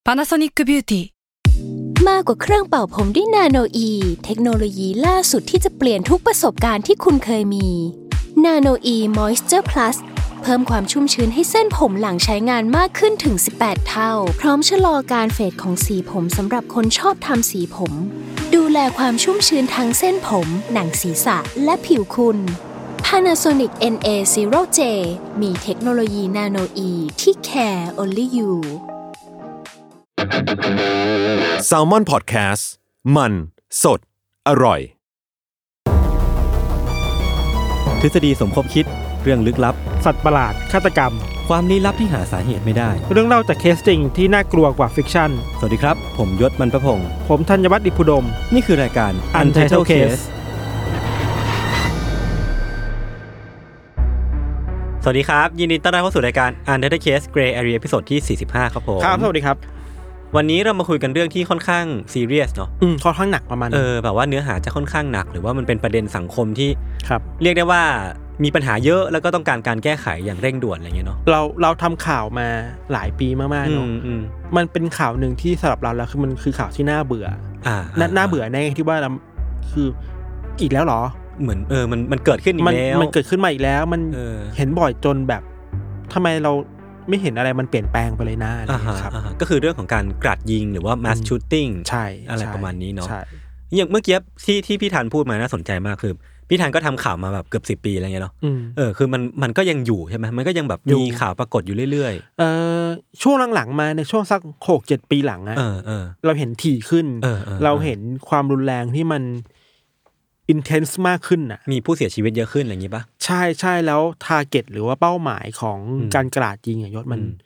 Panasonic Beauty มากกว่าเครื่องเป่าผมด้วยนาโนอีเทคโนโลยีล่าสุดที่จะเปลี่ยนทุกประสบการณ์ที่คุณเคยมีนาโนอีมอยส์เจอร์พลัสเพิ่มความชุ่มชื้นให้เส้นผมหลังใช้งานมากขึ้นถึง18เท่าพร้อมชะลอการเฟดของสีผมสำหรับคนชอบทำสีผมดูแลความชุ่มชื้นทั้งเส้นผมหนังศีรษะและผิวคุณ Panasonic NA0J มีเทคโนโลยีนาโนอีที่ care only you Salmon Podcast มันสดอร่อยทฤษฎีสมคบคิดเรื่องลึกลับสัตว์ประหลาดฆาตกรรมความลี้ลับที่หาสาเหตุไม่ได้เรื่องเล่าจากเคสจริงที่น่ากลัวกว่าฟิกชั่นสวัสดีครับผมยศมันประพงษ์ผมธัญวัฒน์อิพุดมนี่คือรายการ Untitled Case สวัสดีครับยินดีต้อนรับเข้าสู่รายการ Untitled Case Gray Area ตอนที่45ครับผมครับสวัสดีครับวันนี้เรามาคุยกันเรื่องที่ค่อนข้างซีเรียสเนาะค่อนข้างหนักประมาณแบบว่าเนื้อหาจะค่อนข้างหนักหรือว่ามันเป็นประเด็นสังคมที่ครับเรียกได้ว่ามีปัญหาเยอะแล้วก็ต้องการการแก้ไขอย่างเร่งด่วนอะไรเงี้ยเนาะเราทำข่าวมาหลายปีมากๆเนาะมันเป็นข่าวนึงที่สำหรับเราแล้วคือมันคือข่าวที่น่าเบื่อน่าเบื่อแน่ที่ว่าคืออีกแล้วหรอเหมือนมันเกิดขึ้นอีกแล้วมันเกิดขึ้นมาอีกแล้วมันเห็นบ่อยจนแบบทำไมเราไม่เห็นอะไรมันเปลี่ยนแปลงไปเลยนะครับก็คือเรื่องของการกราดยิงหรือว่า mass shooting ใช่อะไรประมาณนี้เนาะอย่างเมื่อกี้ที่พี่ธันพูดมาน่าสนใจมากคือพี่ธันก็ทำข่าวมาแบบเกือบ10 ปีอะไรเงี้ยเนาะคือมันก็ยังอยู่ใช่ไหมมันก็ยังแบบมีข่าวปรากฏอยู่เรื่อยๆช่วงหลังๆมาในช่วงสัก 6-7 ปีหลังอะเราเห็นถี่ขึ้นเราเห็นความรุนแรงที่มันintense มากขึ้นน่ะมีผู้เสียชีวิตเยอะขึ้นอะไรอย่างงี้ป่ะใช่ๆแล้ว target หรือว่าเป้าหมายของการกราดยิงยศ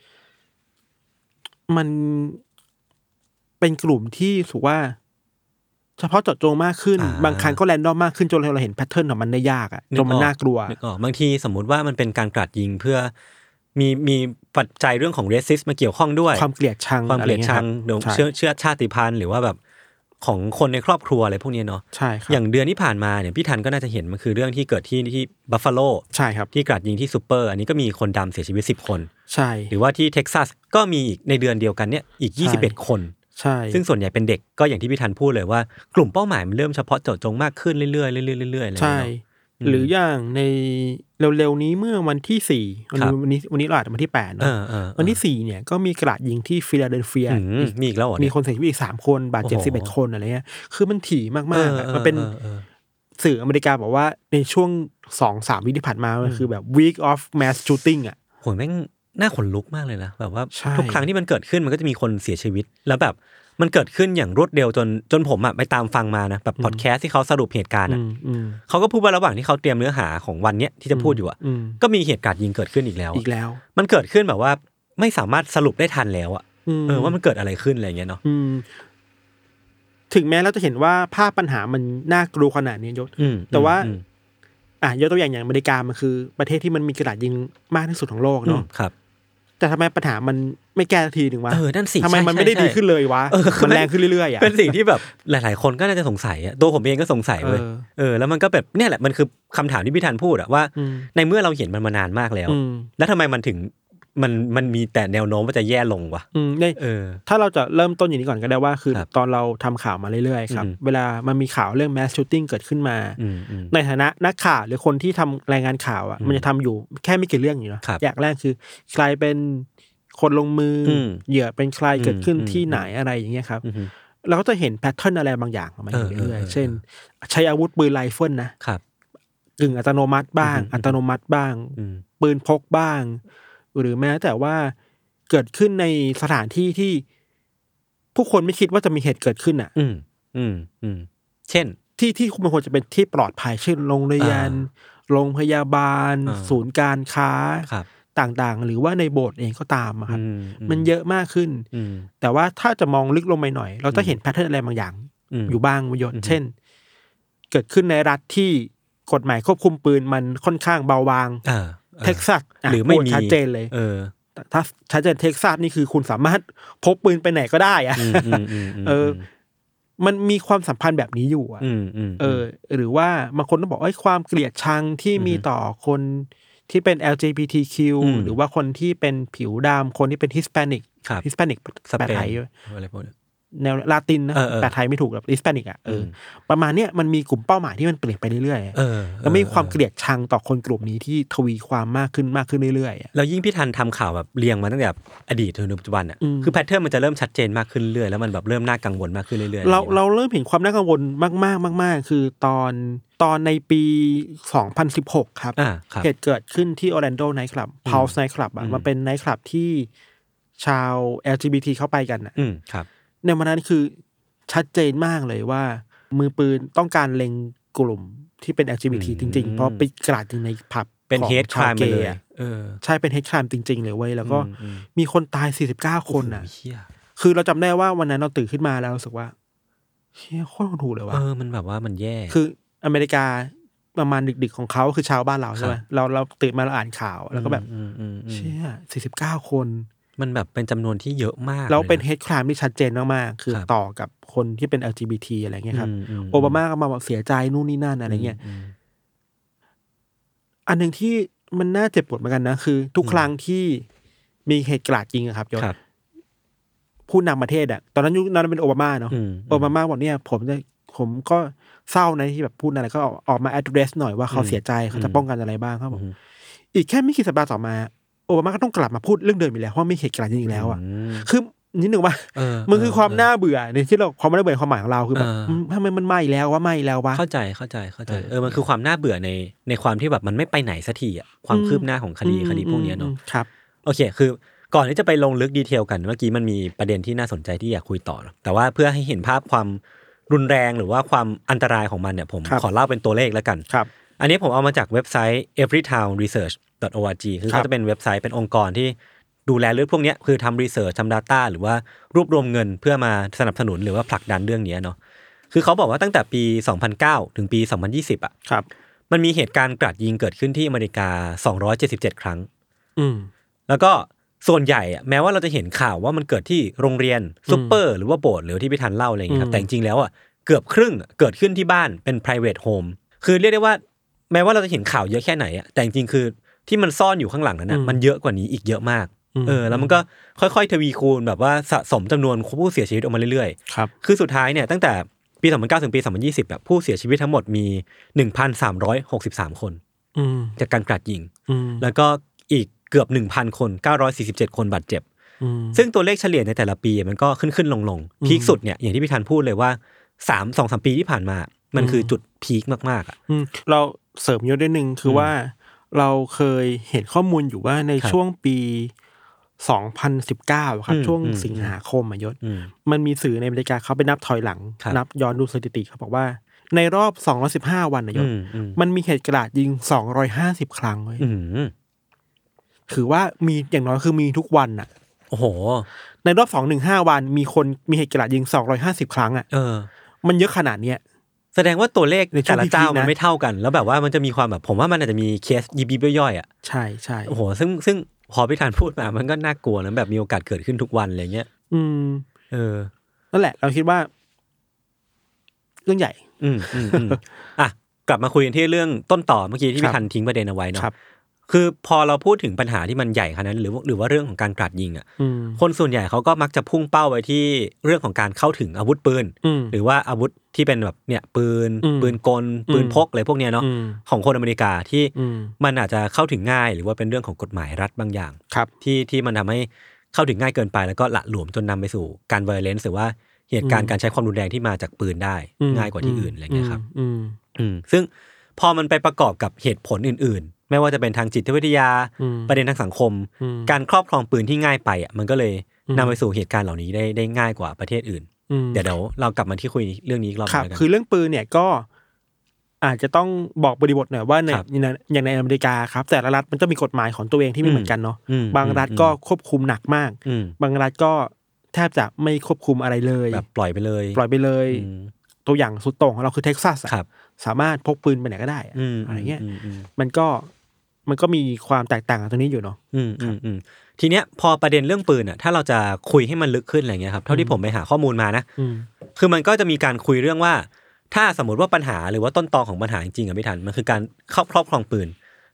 มันเป็นกลุ่มที่ถือว่าเฉพาะเจาะจงมากขึ้นบางครั้งก็แรนดอมมากขึ้นจนเราเห็นแพทเทิร์นของมันได้ยากอ่ะจนมันน่ากลัวบางทีสมมุติว่ามันเป็นการกราดยิงเพื่อมีปัจจัยเรื่องของ racist มาเกี่ยวข้องด้วยความเกลียดชังเชื้อชาติพันธุ์หรือว่าแบบของคนในครอบครัวอะไรพวกนี้เนาะใช่ครับอย่างเดือนที่ผ่านมาเนี่ยพี่ธันก็น่าจะเห็นมันคือเรื่องที่เกิดที่บัฟฟาโลใช่ครับที่กราดยิงที่ซูเปอร์อันนี้ก็มีคนดำเสียชีวิต10 คนใช่หรือว่าที่เท็กซัสก็มีอีกในเดือนเดียวกันเนี่ยอีก21 คนใช่ซึ่งส่วนใหญ่เป็นเด็กก็อย่างที่พี่ธันพูดเลยว่ากลุ่มเป้าหมายมันเริ่มเฉพาะเจาะจงมากขึ้นเรื่อยๆเรื่อยๆอะไรใช่หรืออย่างในเร็วๆนี้เมื่อวันที่4วันนี้เราอาจจะวันที่8เนาะวันที่4เนี่ยก็มีกราดยิงที่ฟิลาเดลเฟียมีอีกแล้วมีคนเสียชีวิตอีก3 คนบาดเจ็บ11 คนอะไรเงี้ยคือมันถี่มากๆมันเป็นสื่ออเมริกาบอกว่าในช่วง 2-3 วิที่ผ่านมามันคือแบบ week of mass shooting อ่ะโหแม่งน่าขนลุกมากเลยนะแบบว่าทุกครั้งที่มันเกิดขึ้นมันก็จะมีคนเสียชีวิตแล้วแบบมันเกิดขึ้นอย่างรวดเร็วจนผมไปตามฟังมานะแบบพอดแคสต์ที่เขาสรุปเหตุการณ์เขาก็พูดว่าระหว่างที่เขาเตรียมเนื้อหาของวันเนี้ยที่จะพูดอยู่ก็มีเหตุการณ์ยิงเกิดขึ้นอีกแล้วมันเกิดขึ้นแบบว่าไม่สามารถสรุปได้ทันแล้วอ่ะว่ามันเกิดอะไรขึ้นอะไรเงี้ยเนาะถึงแม้เราจะเห็นว่าภาพปัญหามันน่ากลัวขนาดนี้ยศแต่ว่ายกตัวอย่างอเมริกามันคือประเทศที่มันมีกระดาษยิงมากที่สุดของโลกเนาะแต่ทำไมปัญหามันไม่แก้ทีนึงวะนั่นสิทำไมมันไม่ได้ดีขึ้นเลยวะมันแรงขึ้นเรื่อยๆอ่ะเป็นสิ่งที่แบบหลายๆคนก็น่าจะสงสัยอ่ะตัวผมเองก็สงสัยเว้ยแล้วมันก็แบบเนี่ยแหละมันคือคำถามที่พี่ธันพูดอ่ะว่าในเมื่อเราเห็นมันมานานมากแล้วแล้วทำไมมันถึงมันมีแต่แนวโน้มว่าจะแย่ลงวะถ้าเราจะเริ่มต้นอย่างนี้ก่อนก็ได้ว่าคือตอนเราทำข่าวมาเรื่อยๆครับเวลามันมีข่าวเรื่อง mass shooting เกิดขึ้นมาในฐานะนักข่าวหรือคนที่ทำรายงานข่าวอ่ะมันจะทำอยู่แค่ไม่กี่เรื่องอยู่เนาะอย่างแรกคือใครเป็นคนลงมือเหยื่อเป็นใครเกิดขึ้นที่ไหนอะไรอย่างเงี้ยครับเราก็จะเห็นแพทเทิร์นอะไรบางอย่างออกมาเรื่อยๆเช่นใช้อาวุธปืนไรเฟิลนะกึ่งอัตโนมัติบ้างอัตโนมัติบ้างปืนพกบ้างหรือแม้แต่ว่าเกิดขึ้นในสถานที่ที่ผู้คนไม่คิดว่าจะมีเหตุเกิดขึ้นอ่ะเช่นที่มันควรจะเป็นที่ปลอดภัยเช่นโรงเรียนโรงพยาบาลศูนย์การค้าต่างๆหรือว่าในโบสถ์เองก็ตามครับมันเยอะมากขึ้นแต่ว่าถ้าจะมองลึกลงไปหน่อยเราจะเห็นแพทเทิร์นอะไรบางอย่างอยู่บ้างประโยชน์เช่นเกิดขึ้นในรัฐที่กฎหมายควบคุมปืนมันค่อนข้างเบาบางเท็กซัสหรือไม่มีชัดเจนเลยถ้าชัดเจนเท็กซัสนี่คือคุณสามารถพกปืนไปไหนก็ได้อะมันมีความสัมพันธ์แบบนี้อยู่อ่ะหรือว่าบางคนต้องบอกความเกลียดชังที่มีต่อคนที่เป็น LGBTQ หรือว่าคนที่เป็นผิวดำคนที่เป็น Hispanic แปลไทยอะไรพวกนี้แนวลาตินนะแปลไทยไม่ถูกแบบ Hispanic อ่ะประมาณเนี้ยมันมีกลุ่มเป้าหมายที่มันเปลี่ยนไปเรื่อยๆแล้วมีความเกลียดชังต่อคนกลุ่มนี้ที่ทวีความมากขึ้นเรื่อยๆแล้วยิ่งพี่ทันทำข่าวแบบเรียงมาตั้งแต่อดีตจนถึงปัจจุบันอ่ะคือแพทเทิร์นมันจะเริ่มชัดเจนมากขึ้นเรื่อยแล้วมันแบบเริ่มน่ากังวลมากขึ้นเรื่อยๆเราเริ่มเห็นความน่ากังวลมากๆคือตอนในปี2016ครับเหตุเกิดขึ้นที่ Orlando Night Club Pulse Night Club อ่ะมันเป็นไนท์คลับที่ชาว LGBT เข้าไปกันอ่ะครับในวันนั้นคือชัดเจนมากเลยว่ามือปืนต้องการเล็งกลุ่มที่เป็น LGBT จริงๆเพราะไปกราดยิงในผับเป็นเฮดครามเลยใช่เป็นเฮดครามจริงๆเลยเว้ยแล้วก็มีคนตาย49คนน่ะคือเราจำได้ว่าวันนั้นเราตื่นขึ้นมาแล้วรู้สึกว่าเชี่ยโคตรถูกเลยว่ะมันแบบว่ามันแย่คืออเมริกาประมาณดึกๆของเขาคือชาวบ้านเราใช่ไหมเราตื่นมาเราอ่านข่าวแล้วก็แบบเชี่ย49คนมันแบบเป็นจำนวนที่เยอะมากแล้วเป็นเฮดครามที่ชัดเจนมากๆคือต่อกับคนที่เป็น LGBT อะไรเงี้ยครับโอบามาก็มาบอกเสียใจนู่นนี่นั่นอะไรเงี้ยอันนึงที่มันน่าเจ็บปวดเหมือนกันนะคือทุกครั้งที่มีเหตุกราดยิงอะครับยศผู้นำประเทศอะตอนนั้นยุคนั้นเป็นโอบามาเนาะโอบามาบอกเนี่ยผมก็เศร้านะที่แบบพูดอะไรก็ออกมา address หน่อยว่าเขาเสียใจเขาจะป้องกันอะไรบ้างครับผมอีกแค่ไม่กี่สัปดาห์ต่อมาโอบามาก็ต้องกลับมาพูดเรื่องเดิมอีกแล้วว่าไม่เหตุการณ์จริงแล้วอ่ะคือนิดหนึ่งว่ามันคือความน่าเบื่อในที่เราความน่าเบื่อความหมายของเราคือแบบทำไมมันไม่แล้ววะเข้าใจมันคือความน่าเบื่อในความที่แบบมันไม่ไปไหนสักทีอ่ะความคืบหน้าของคดีพวกนี้เนาะครับโอเคคือก่อนที่จะไปลงลึกดีเทลกันเมื่อกี้มันมีประเด็นที่น่าสนใจที่อยากคุยต่อแต่ว่าเพื่อให้เห็นภาพความรุนแรงหรือว่าความอันตรายของมันเนี่ยผมขอเล่าเป็นตัวเลขแล้วกันอันนี้ผมเอามาจากเว็บไซต์ everytownresearch.org คือเขาจะเป็นเว็บไซต์เป็นองค์กรที่ดูแลเรื่องพวกนี้คือทำรีเสิร์ชทำ data หรือว่ารวบรวมเงินเพื่อมาสนับสนุนหรือว่าผลักดันเรื่องนี้เนาะคือเขาบอกว่าตั้งแต่ปี2009ถึงปี2020อ่ะมันมีเหตุการณ์กราดยิงเกิดขึ้นที่อเมริกา277ครั้งแล้วก็ส่วนใหญ่อ่ะแม้ว่าเราจะเห็นข่าวว่ามันเกิดที่โรงเรียนซุปเปอร์หรือว่าโบสถ์หรือที่พี่ทันเล่าอะไรอย่างเงี้ยครับแต่จริงๆแล้วอ่ะเกือบครึ่งเกิดขึ้นที่บ้านเป็น private home คือเรียกได้ว่าแม้ว่าเราจะเห็นข่าวเยอะแค่ไหนอ่ะแต่จริงๆคือที่มันซ่อนอยู่ข้างหลังนั้นนะมันเยอะกว่านี้อีกเยอะมากแล้วมันก็ค่อยๆทวีคูณแบบว่าสะสมจำนวนผู้เสียชีวิตออกมาเรื่อยๆครับคือสุดท้ายเนี่ยตั้งแต่ปี2009ถึงปี2020แบบผู้เสียชีวิตทั้งหมดมี 1,363 คนจากการกราดยิงแล้วก็อีกเกือบ 1,000 คน947คนบาดเจ็บซึ่งตัวเลขเฉลี่ยในแต่ละปีมันก็ขึ้นลงพีคสุดเนี่ยอย่างที่พี่ธันพูดเลยว่า 2-3 ปีที่ผ่านมามันคือจุดพีคมากๆอ่ะเราเสริมยศได้นึงคือว่าเราเคยเห็นข้อมูลอยู่ว่าในช่วงปี2019ครับช่วงสิงหาคมยศมันมีสื่อในอเมริกาเขาไปนับถอยหลังนับย้อนดูสถิติเขาบอกว่าในรอบ215วันยศมันมีเหตุกราดยิง250ครั้งเว้ยถือว่ามีอย่างน้อยคือมีทุกวันน่ะโอ้โหในรอบ215วันมีเหตุกราดยิง250ครั้งอ่ะมันเยอะขนาดเนี้ยแสดงว่าตัวเลขแต่ละเจ้ามันไม่เท่ากันแล้วแบบว่ามันจะมีความแบบผมว่ามันอาจจะมีเคสยิบย่อยๆอ่ะใช่โอ้โหซึ่งพอพี่ธานพูดมามันก็น่ากลัวนะแบบมีโอกาสเกิดขึ้นทุกวันอะไรเงี้ยนั่นแหละเราคิดว่าเรื่องใหญ่อ่ะกลับมาคุยกันที่เรื่องต้นต่อเมื่อกี้ที่พี่ธานทิ้งประเด็นเอาไว้เนาะคือพอเราพูดถึงปัญหาที่มันใหญ่ขนาดนั้นหรือว่าเรื่องของการกราดยิงอ่ะคนส่วนใหญ่เขาก็มักจะพุ่งเป้าไปที่เรื่องของการเข้าถึงอาวุธปืนหรือว่าอาวุธที่เป็นแบบเนี่ยปืนกลปืนพกอะไรพวกเนี้ยเนาะของคนอเมริกาที่มันอาจจะเข้าถึงง่ายหรือว่าเป็นเรื่องของกฎหมายรัฐบางอย่างที่มันทำให้เข้าถึงง่ายเกินไปแล้วก็ละหลวมจนนำไปสู่การไวโอเลนซ์หรือว่าเหตุการณ์การใช้ความรุนแรงที่มาจากปืนได้ง่ายกว่าที่อื่นอะไรเงี้ยครับซึ่งพอมันไปประกอบกับเหตุผลอื่นๆไม่ว่าจะเป็นทางจิตวิทยาประเด็นทางสังคมการครอบครองปืนที่ง่ายไปอ่ะมันก็เลยนำไปสู่เหตุการณ์เหล่านี้ได้ง่ายกว่าประเทศอื่นเดี๋ยวเรากลับมาที่คุยเรื่องนี้อีกรอบนึงกันคือเรื่องปืนเนี่ยก็อาจจะต้องบอกบริบทหน่อยว่าอย่างในอเมริกาครับแต่ละรัฐมันก็มีกฎหมายของตัวเองที่ไม่เหมือนกันเนาะบางรัฐก็ควบคุมหนักมากบางรัฐก็แทบจะไม่ควบคุมอะไรเลยแบบปล่อยไปเลยตัวอย่างสุดโต่งของเราคือเท็กซัสสามารถพกปืนไปไหนก็ได้อะไรเงี้ยมันก็มีความแตกต่างตรงนี้อยู่เนาะทีเนี้ยพอประเด็นเรื่องปืนอ่ะถ้าเราจะคุยให้มันลึกขึ้นอะไรเงี้ยครับเท่าที่ผมไปหาข้อมูลมานะคือมันก็จะมีการคุยเรื่องว่าถ้าสมมติว่าปัญหาหรือว่าต้นตอของปัญหาจริงๆอ่ะไม่ทันมันคือการครอบครองปืน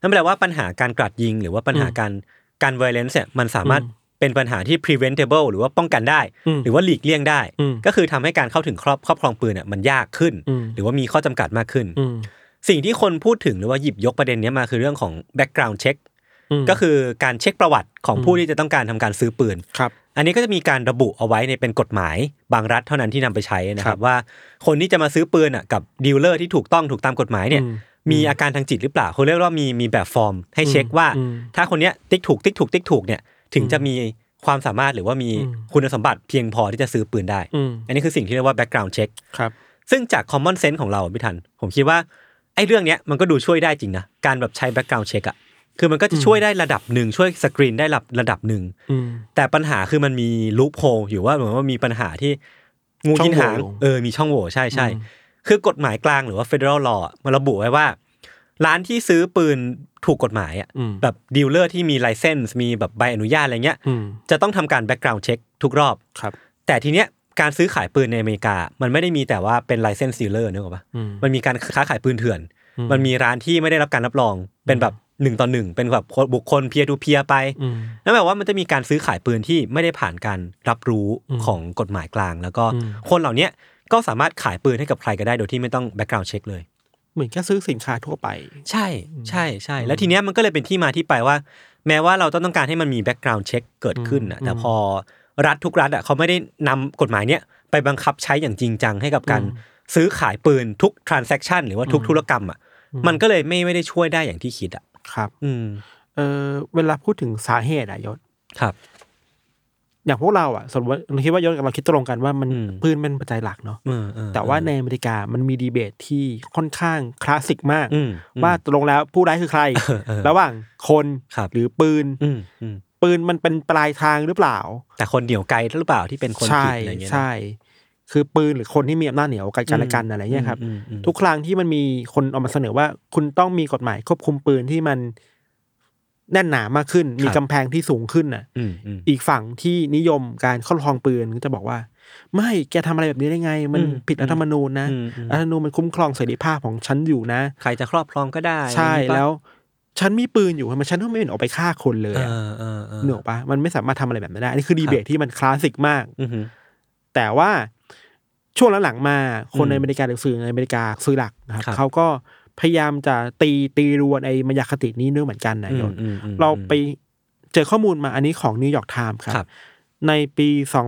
นั่นแปลว่าปัญหาการกราดยิงหรือว่าปัญหาการ violence เนี่ยมันสามารถเป็นปัญหาที่ preventable หรือว่าป้องกันได้หรือว่าหลีกเลี่ยงได้ก็คือทำให้การเข้าถึงครอบครองปืนเนี่ยมันยากขึ้นหรือว่ามีข้อจำกัดมากขึ้นสิ่งที่คนพูดถึงหรือว่าหยิบยกประเด็นนี้มาคือเรื่องของ background check ก็คือการเช็คประวัติของผู้ที่จะต้องการทำการซื้อปืนอันนี้ก็จะมีการระบุเอาไว้ในเป็นกฎหมายบางรัฐเท่านั้นที่นำไปใช้นะครับว่าคนที่จะมาซื้อปืนกับดีลเลอร์ที่ถูกตามกฎหมายเนี่ยมีอาการทางจิตหรือเปล่าเขาเรียกว่ามีแบบฟอร์มให้เช็คว่าถ้าคนเนี้ยติ๊กถูกเนี่ยถึงจะมีความสามารถหรือว่ามีคุณสมบัติเพียงพอที่จะซื้อปืนได้อันนี้คือสิ่งที่เรียกว่า background check ครับซึ่งจาก common sense ของเราพี่ทันผมคิดว่าไอ้เรื่องเนี้ยมันก็ดูช่วยได้จริงนะการแบบใช้ background check คือมันก็จะช่วยได้ระดับหนึ่งช่วยสกรีนได้ระดับหนึ่งแต่ปัญหาคือมันมีลูปโฮลอยู่ว่าเหมือนว่ามีปัญหาที่งูกินหางมีช่องโหว่ใช่คือกฎหมายกลางหรือว่า federal law มันระบุไว้ว่าร้านที่ซื้อปืนถูกกฎหมายแบบดีลเลอร์ที่มีไลเซนส์มีแบบใบอนุญาตอะไรเงี้ยจะต้องทำการ background check ทุกรอบแต่ทีเนี้ยการซื้อขายปืนในอเมริกามันไม่ได้มีแต่ว่าเป็นไลเซนส์ดีลเลอร์นึกออกป่ะมันมีการค้าขายปืนเถื่อนมันมีร้านที่ไม่ได้รับการรับรองเป็นแบบ1-1เป็นแบบบุคคล peer to peer ไปนั่นแปลว่ามันจะมีการซื้อขายปืนที่ไม่ได้ผ่านการรับรู้ของกฎหมายกลางแล้วก็คนเหล่านี้ก็สามารถขายปืนให้กับใครก็ได้โดยที่ไม่ต้อง background check เลยเหมือนแค่ซื้อสินค้าทั่วไปใช่แล้วทีเนี้ยมันก็เลยเป็นที่มาที่ไปว่าแม้ว่าเราต้องการให้มันมี background check เกิดขึ้นแต่พอรัฐทุกรัฐเขาไม่ได้นำกฎหมายเนี้ยไปบังคับใช้อย่างจริงจังให้กับการซื้อขายปืนทุก transaction หรือว่าทุกธุรกรรมมันก็เลยไม่ได้ช่วยได้อย่างที่คิดครับเวลาพูดถึงสาเหตุยศครับอย่างพวกเราสมมติเราคิดว่ายศกับเราคิดตรงกันว่ามันปืนเป็นปัจจัยหลักเนาะแต่ว่าในอเมริกามันมีดีเบตที่ค่อนข้างคลาสสิกมากว่าตรงแล้วผู้ร้ายคือใครระหว่างคนหรือปืนมันเป็นปลายทางหรือเปล่าแต่คนเหนี่ยวไกลหรือเปล่าที่เป็นคนผิดอะไรเงี้ยใช่คือปืนหรือคนที่มีอำนาจเหนี่ยวไกลกันและกันอะไรเงี้ยครับทุกครั้งที่มันมีคนออกมาเสนอว่าคุณต้องมีกฎหมายควบคุมปืนที่มันแน่นหนามากขึ้นมีกำแพงที่สูงขึ้นอีกฝั่งที่นิยมการครอบครองปืนก็จะบอกว่าไม่แกทำอะไรแบบนี้ได้ไงมันผิดรัฐธรรมนูญนะรัฐธรรมนูญมันคุ้มครองเสรีภาพของฉันอยู่นะใครจะครอบครองก็ได้ใช่แล้วฉันมีปืนอยู่ทำไมฉันไม่เห็นออกไปฆ่าคนเลยเหนือปะมันไม่สามารถทำอะไรแบบนั้นได้นี่คือดีเบตที่มันคลาสสิกมากแต่ว่าช่วงหลังๆมาคนในอเมริกาหรือสื่อในอเมริกาสื่อหลักนะครับเขาก็พยายามจะตีรวนไอ้มายาคตินี้ด้วยเหมือนกันนะเราไปเจอข้อมูลมาอันนี้ของนิวยอร์กไทม์ครับในปี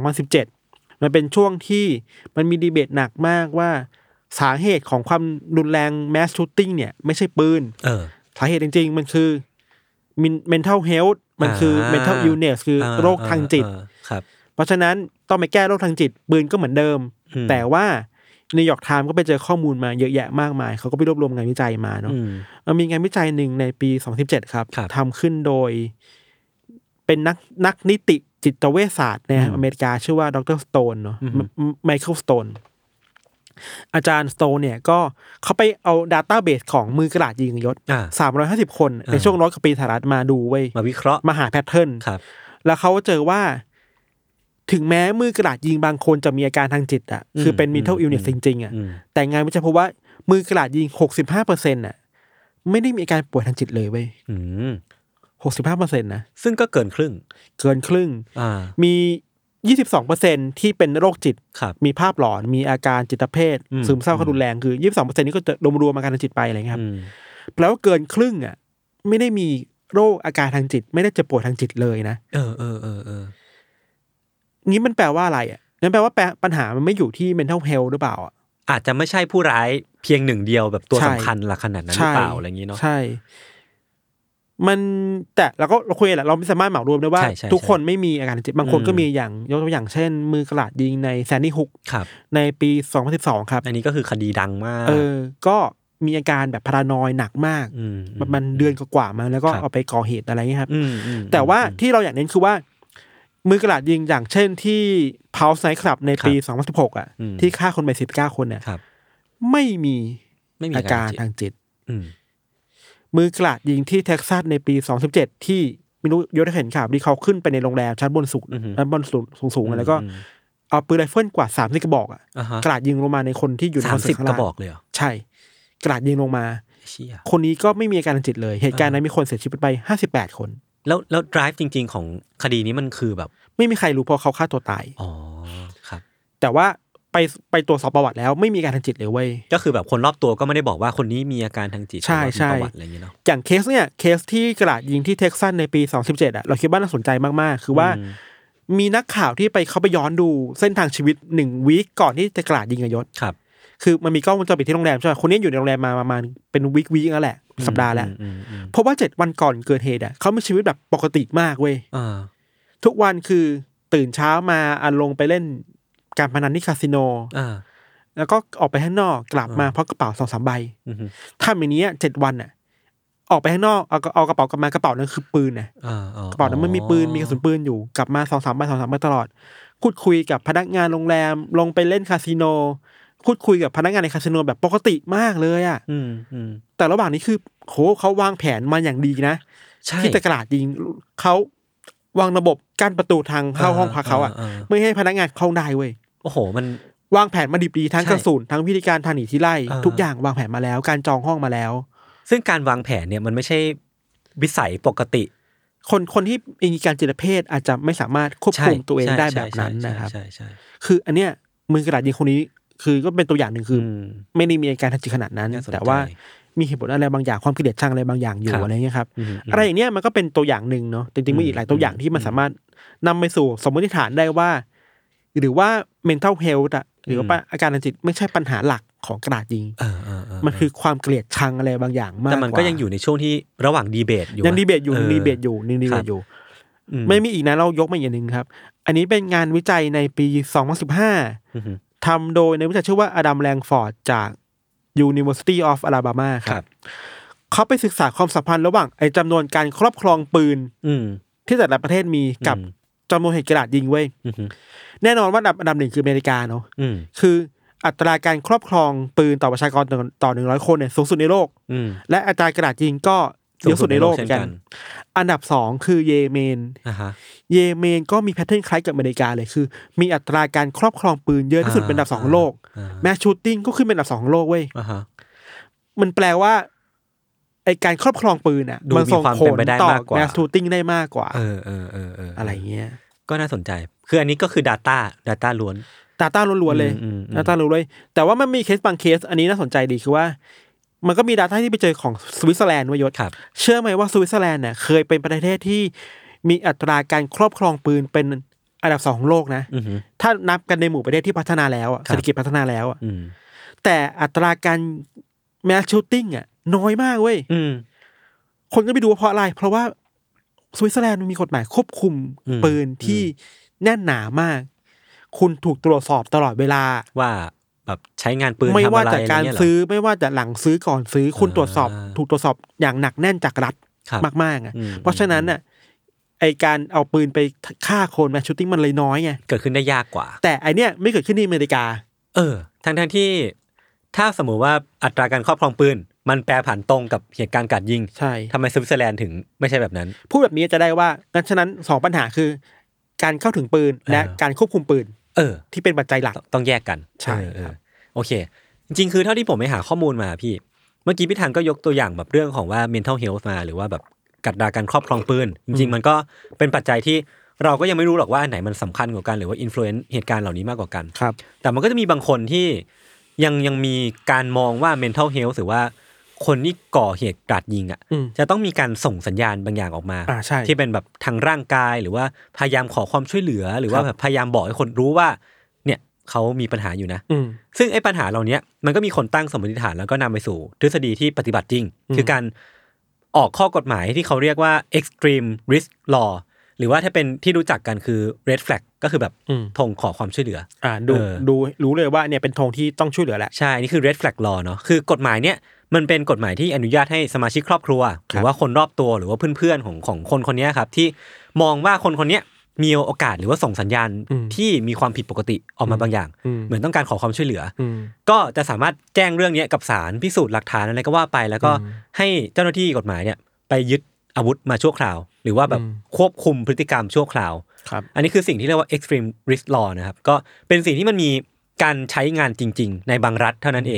2017มันเป็นช่วงที่มันมีดีเบตหนักมากว่าสาเหตุของความรุนแรงแมสชูตติ้งเนี่ยไม่ใช่ปืนสาเหตุจริงๆมันคือ mental health มันคือ mental illness คือโรคทางจิตเพราะฉะนั้นต้องไปแก้โรคทางจิตปืนก็เหมือนเดิมแต่ว่านิวยอร์กไทม์ก็ไปเจอข้อมูลมาเยอะแยะมากมายเขาก็ไปรวบรวมงานวิจัยมาเนาะมันมีงานวิจัยหนึ่งในปี2017ครับทำขึ้นโดยเป็นนักนิติจิตเวชศาสตร์ในอเมริกาชื่อว่าดร.สโตนเนาะไมเคิลสโตนอาจารย์สโตนเนี่ยก็เขาไปเอาดาต้าเบสของมือกระดาษยิงยศ350คนในช่วง100 กว่าปีสหรัฐมาดูเว้ยมาวิเคราะห์มาหาแพทเทิร์นแล้วเขาเจอว่าถึงแม้มือกระดาษยิงบางคนจะมีอาการทางจิตคือเป็น mental illness จริงๆแต่งานวิจัยพบว่ามือกระดาษยิง 65% ไม่ได้มีอาการป่วยทางจิตเลยเว้ย65% นะซึ่งก็เกินครึ่งมี22% ที่เป็นโรคจิตมีภาพหลอนมีอาการจิตเภทซึมเศร้ารุนแรงคือ 22% นี้ก็จะรวมอาการทางจิตไปอะไรเงี้ยครับแปลว่าเกินครึ่งไม่ได้มีโรคอาการทางจิตไม่ได้เจ็บป่วยทางจิตเลยนะงี้มันแปลว่าอะไรนั่นแปลว่าปัญหามันไม่อยู่ที่ mental health หรือเปล่าอาจจะไม่ใช่ผู้ร้ายเพียงหนึ่งเดียวแบบตัวสำคัญละขนาดนั้นหรือเปล่าอะไรอย่างนี้เนาะใช่มันแต่เราคุยแหละเราไม่สามารถเหมารวมได้ว่าทุกคนไม่มีอาการจิตบางคนก็มีอย่างยกตัวอย่างเช่นมือกระดาษยิงในแซนดี้ฮุกในปี2012ครับอันนี้ก็คือคดีดังมากก็มีอาการแบบพารานอยหนักมากมันเดือนกว่ามาแล้วก็เอาไปก่อเหตุอะไรเงี้ยครับแต่ว่าที่เราอยากเน้นคือว่ามือกระดาษยิงอย่างเช่นที่ Pulse Night Club ในปี2016ที่ฆ่าคนไป19 คนเนี่ยไม่มีอาการทางจิตมือกระดาษยิงที่เท็กซัสในปี2017ที่ไม่รู้ยศได้เห็นข่าวที่เขาขึ้นไปในโรงแรมชั้นบนสูงแล้วก็เอาปืนไรเฟิลกว่า30 กระบอกกระดาษยิงลงมาในคนที่อยู่ในคอนเสิร์ตข้างล่าง 30 กระบอกเลยเหรอใช่กระดาษยิงลงมาคนนี้ก็ไม่มีอาการทางจิตเลยเหตุการณ์นั้นมีคนเสียชีวิตไป58คนแล้ว drive จริงๆของคดีนี้มันคือแบบไม่มีใครรู้เพราะเขาฆ่าตัวตายอ๋อครับแต่ว่าไปตรวจสอบประวัติแล้วไม่มีอาการทางจิตเลยเว้ยก็คือแบบคนรอบตัวก็ไม่ได้บอกว่าคนนี้มีอาการทางจิตใช่มีประวัติอะไรอย่างเงี้ยเนาะอย่างเคสที่กราดยิงที่เท็กซัสในปี2017อ่ะเราคิดว่าน่าสนใจมากๆคือว่ามีนักข่าวที่เขาไปย้อนดูเส้นทางชีวิต1วีคก่อนที่จะกราดยิงยศครับคือมันมีกล้องวงจรปิดที่โรงแรมใช่ป่ะคนนี้อยู่ในโรงแรมมาประมาณเป็นวีคแล้วแหละสัปดาห์แล้วเพราะว่า7วันก่อนเกิดเหตุอ่ะเขามีชีวิตแบบปกติมากเว้ยทุกวันคือตื่นเช้ามาลงไปเล่นการพนันที่คาสิโนแล้วก็ออกไปข้างนอกกลับมาเพราะกระเป๋า 2-3 ใบถ้าอย่างนี้7วันน่ะออกไปข้างนอกเอากระเป๋ากลับมากระเป๋านั้นคือปืนน่ะกระเป๋านั้นมันมีปืนมีกระสุนปืนอยู่กลับมา 2-3 ใบตลอดพูดคุยกับพนักงานโรงแรมลงไปเล่นคาสิโนพูดคุยกับพนักงานในคาสิโนแบบปกติมากเลยอ่ะแต่ระหว่างนี้คือโหเขาวางแผนมาอย่างดีนะที่จะกราดยิงเขาวางระบบกั้นประตูทางเข้าห้องพักเขาอ่ะไม่ให้พนักงานเข้าได้เว้ยโอ้โหมันวางแผนมาดิบดีทั้งกระสุนทั้งวิธีการทางหนีที่ไล่ทุกอย่างวางแผนมาแล้วการจองห้องมาแล้วซึ่งการวางแผนเนี่ยมันไม่ใช่วิสัยปกติคนที่มีการจิตเภทอาจจะไม่สามารถควบคุมตัวเองได้แบบนั้นนะครับคืออันเนี้ยมือกระดาษยิงคนนี้คือก็เป็นตัวอย่างหนึ่งคือไม่ได้มีอาการทางจิตขนาดนั้นแต่ว่ามีเหตุผลอะไรบางอย่างความเกลียดชังอะไรบางอย่างอยู่อะไรเงี้ยครับอะไรอย่างเนี้ยมันก็เป็นตัวอย่างนึงเนาะจริงๆมีอีกหลายตัวอย่างที่มันสามารถนำไปสู่สมมติฐานได้ว่าหรือว่า mental health อ่ะหรือว่าอาการทางจิตไม่ใช่ปัญหาหลักของกระดาษยิงมันคือความเกลียดชังอะไรบางอย่างมากกว่าแต่มันก็ยังอยู่ในช่วงที่ระหว่างดีเบตอยู่ยังดีเบตอยู่ไม่มีอีกนะเรายกมาอย่างนึงครับอันนี้เป็นงานวิจัยในปี2015ทำโดยในวิจัยชื่อว่าอดัมแลงฟอร์ดจาก University of Alabama ครับเขาไปศึกษาความสัมพันธ์ระหว่างไอ้จำนวนการครอบครองปืนที่แต่ละประเทศมีกับจำนวนเหตุกราดยิงเว้ยแน่นอนว่าอันดับหนึ่งคืออเมริกาเนาะคืออัตราการครอบครองปืนต่อประชากรต่อ100คนเนี่ยสูงสุดในโลกและอัตรากราดยิงก็เยอะสุดในโลกเหมือนกันอันดับ2คือเยเมนก็มีแพทเทิร์นคล้ายกับอเมริกาเลยคือมีอัตราการครอบครองปืนเยอะที่สุดเป็นอันดับ2ของโลกแมสชูตติ้งก็ขึ้นเป็นอันดับ2ของโลกเว้ยมันแปลว่าไอการครอบครองปืนอ่ะมันส่งผลต่อแมสชูตติ้งได้มากกว่าอะไรเงี้ยก็น่าสนใจคืออันนี้ก็คือ data ล้วน data ล้วนๆเลย data ล้วนเลยแต่ว่ามันมีเคสบางเคสอันนี้น่าสนใจดีคือว่ามันก็มี data ที่ไปเจอของสวิตเซอร์แลนด์ยศเชื่อไหมว่าสวิตเซอร์แลนด์เนี่ยเคยเป็นประเทศที่มีอัตราการครอบครองปืนเป็นอันดับ2ของโลกนะถ้านับกันในหมู่ประเทศที่พัฒนาแล้วเศรษฐกิจพัฒนาแล้วแต่อัตราการแมสชูตติ้งอ่ะน้อยมากเว้ยคนก็ไปดูว่าเพราะอะไรเพราะว่าสวิตเซอร์แลนด์มันมีกฎหมายควบคุมปืนที่แน่นหนามากคุณถูกตรวจสอบตลอดเวลาว่าแบบใช้งานปืนไม่ว่าจากการซื้อไม่ว่าจากหลังซื้อก่อนซื้อคุณถูกตรวจสอบอย่างหนักแน่นจากรัฐมากๆอ่ะเพราะฉะนั้นน่ะไอการเอาปืนไปฆ่าคนแมสชูตติ้งมันเลยน้อยไงเกิดขึ้นได้ยากกว่าแต่ไอเนี้ยไม่เกิดขึ้นในอเมริกาทั้งที่ถ้าสมมติว่าอัตราการครอบครองปืนมันแปรผันตรงกับเหตุการณ์การยิงใช่ทำไมสวิตเซอร์แลนด์ถึงไม่ใช่แบบนั้นพูดแบบนี้จะได้ว่างั้นฉะนั้น2ปัญหาคือการเข้าถึงปืนและการควบคุมปืนที่เป็นปัจจัยหลักต้องแยกกันใช่ครับโอเคจริงๆคือเท่าที่ผมไปหาข้อมูลมาพี่เมื่อกี้พี่ธันก็ยกตัวอย่างแบบเรื่องของว่า mental health มาหรือว่าแบบอัตราการครอบครองปืนจริงๆมันก็เป็นปัจจัยที่เราก็ยังไม่รู้หรอกว่าอันไหนมันสำคัญกว่ากันหรือว่า influence เหตุการณ์เหล่านี้มากกว่ากันครับแต่มันก็จะมีบางคนที่ยังมีการมองว่า mental health หรือว่าคนที่ก่อเหตุกราดยิงจะต้องมีการส่งสัญญาณบางอย่างออกมาที่เป็นแบบทางร่างกายหรือว่าพยายามขอความช่วยเหลือหรือว่าแบบพยายามบอกให้คนรู้ว่าเนี่ยเขามีปัญหาอยู่นะซึ่งไอ้ปัญหาเหล่านี้มันก็มีคนตั้งสมมติฐานแล้วก็นำไปสู่ทฤษฎีที่ปฏิบัติจริงคือการออกข้อกฎหมายที่เขาเรียกว่า extreme risk law หรือว่าถ้าเป็นที่รู้จักกันคือ red flag ก็คือแบบธงขอความช่วยเหลือดูรู้เลยว่าเนี่ยเป็นธงที่ต้องช่วยเหลือแหละใช่นี่คือ red flag law เนาะคือกฎหมายเนี่ยมันเป็นกฎหมายที่อนุญาตให้สมาชิกครอบครัวหรือว่าคนรอบตัวหรือว่าเพื่อนๆของคนคนนี้ครับที่มองว่าคนคนนี้มีโอกาสหรือว่าส่งสัญญาณที่มีความผิดปกติออกมาบางอย่างเหมือนต้องการขอความช่วยเหลือก็จะสามารถแจ้งเรื่องนี้กับศาลพิสูจน์หลักฐานอะไรก็ว่าไปแล้วก็ให้เจ้าหน้าที่กฎหมายเนี่ยไปยึดอาวุธมาชั่วคราวหรือว่าแบบควบคุมพฤติกรรมชั่วคราวอันนี้คือสิ่งที่เรียกว่า extreme risk law นะครับก็เป็นสิ่งที่มันมีการใช้งานจริงๆในบางรัฐเท่านั้นเอง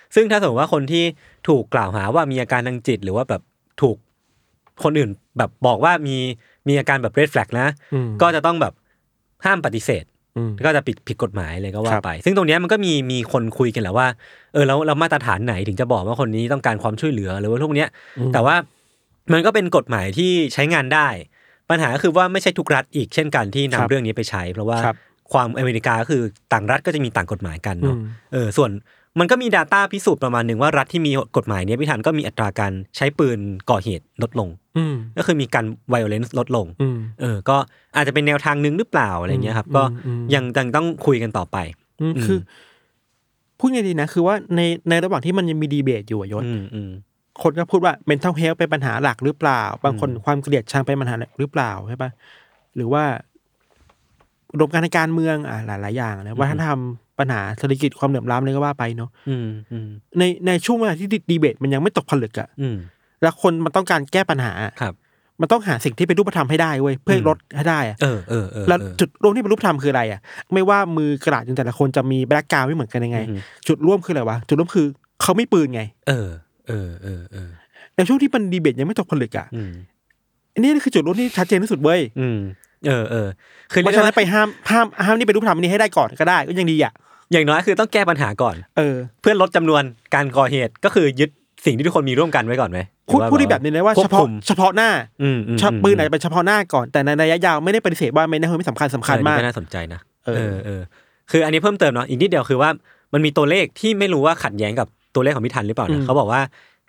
ซึ่งถ้าสมมติว่าคนที่ถูกกล่าวหาว่ามีอาการทางจิตหรือว่าแบบถูกคนอื่นแบบบอกว่ามีอาการแบบ red flag นะก็จะต้องแบบห้ามปฏิเสธก็จะผิดกฎหมายเลยก็ว่าไปซึ่งตรงนี้มันก็มีคนคุยกันแหละว่าแล้วมาตรฐานไหนถึงจะบอกว่าคนนี้ต้องการความช่วยเหลือหรือว่าพวกเนี้ยแต่ว่ามันก็เป็นกฎหมายที่ใช้งานได้ปัญหาคือว่าไม่ใช่ทุกรัฐอีกเช่นกันที่นำเรื่องนี้ไปใช้เพราะว่าความอเมริกาก็คือต่างรัฐก็จะมีต่างกฎหมายกันเนาะส่วนมันก็มี data พิสูจน์ประมาณนึงว่ารัฐที่มีกฎหมายนี้พี่ทันก็มีอัตราการใช้ปืนก่อเหตุลดลงก็คือมีการ violence ลดลงก็อาจจะเป็นแนวทางนึงหรือเปล่าอะไรเงี้ยครับก็ยังต้องคุยกันต่อไปคือพูดง่ายดีนะคือว่าในระหว่างที่มันยังมีดีเบตอยู่ยศคนก็พูดว่า mental health เป็นปัญหาหลักหรือเปล่าบางคนความเกลียดชังเป็นปัญหาหรือเปล่าใช่ปะหรือว่าอุดมการณ์การเมืองหลายๆอย่างนะวัฒนธรรมปัญหาเศรษฐกิจความเหลื่อมล้ำเลยก็ว่าไปเนาะในช่วงเวลาที่ดีเบตมันยังไม่ตกผลึกอ่ะแล้วคนมันต้องการแก้ปัญหามันต้องหาสิ่งที่เป็นรูปธรรมให้ได้เว้ยเพื่อลดให้ได้อ่ะแล้วจุดร่วมที่เป็นรูปธรรมคืออะไรอ่ะไม่ว่ามือกระดาษแต่ละคนจะมีแบ็คกราวด์ไม่เหมือนกันยังไงจุดร่วมคืออะไรวะจุดร่วมคือเขาไม่ปืนไงในช่วงที่มันดีเบตยังไม่ตกผลึกอ่ะอันนี้คือจุดร่วมที่ชัดเจนที่สุดเว้ยคือเพราะฉะนั้นไปห้ามนี่เป็นรูปธรรมนี้ให้ได้ก่อนก็ได้ก็ยังดีอ่ะอย่างน้อยคือต้องแก้ปัญหาก่อนเพื่อลดจำนวนการก่อเหตุก็คือยึดสิ่งที่ทุกคนมีร่วมกันไว้ก่อนไหมพูดแบบนี้นะว่าเฉพาะหน้าปืนอาจจะเป็นเฉพาะหน้าก่อนแต่ในระยะยาวไม่ได้ปฏิเสธว่าไม่สำคัญมากน่าสนใจนะคืออันนี้เพิ่มเติมเนาะอีกนิดเดียวคือว่ามันมีตัวเลขที่ไม่รู้ว่าขัดแย้งกับตัวเลขของพี่ทันหรือเปล่านะเขาบอกว่า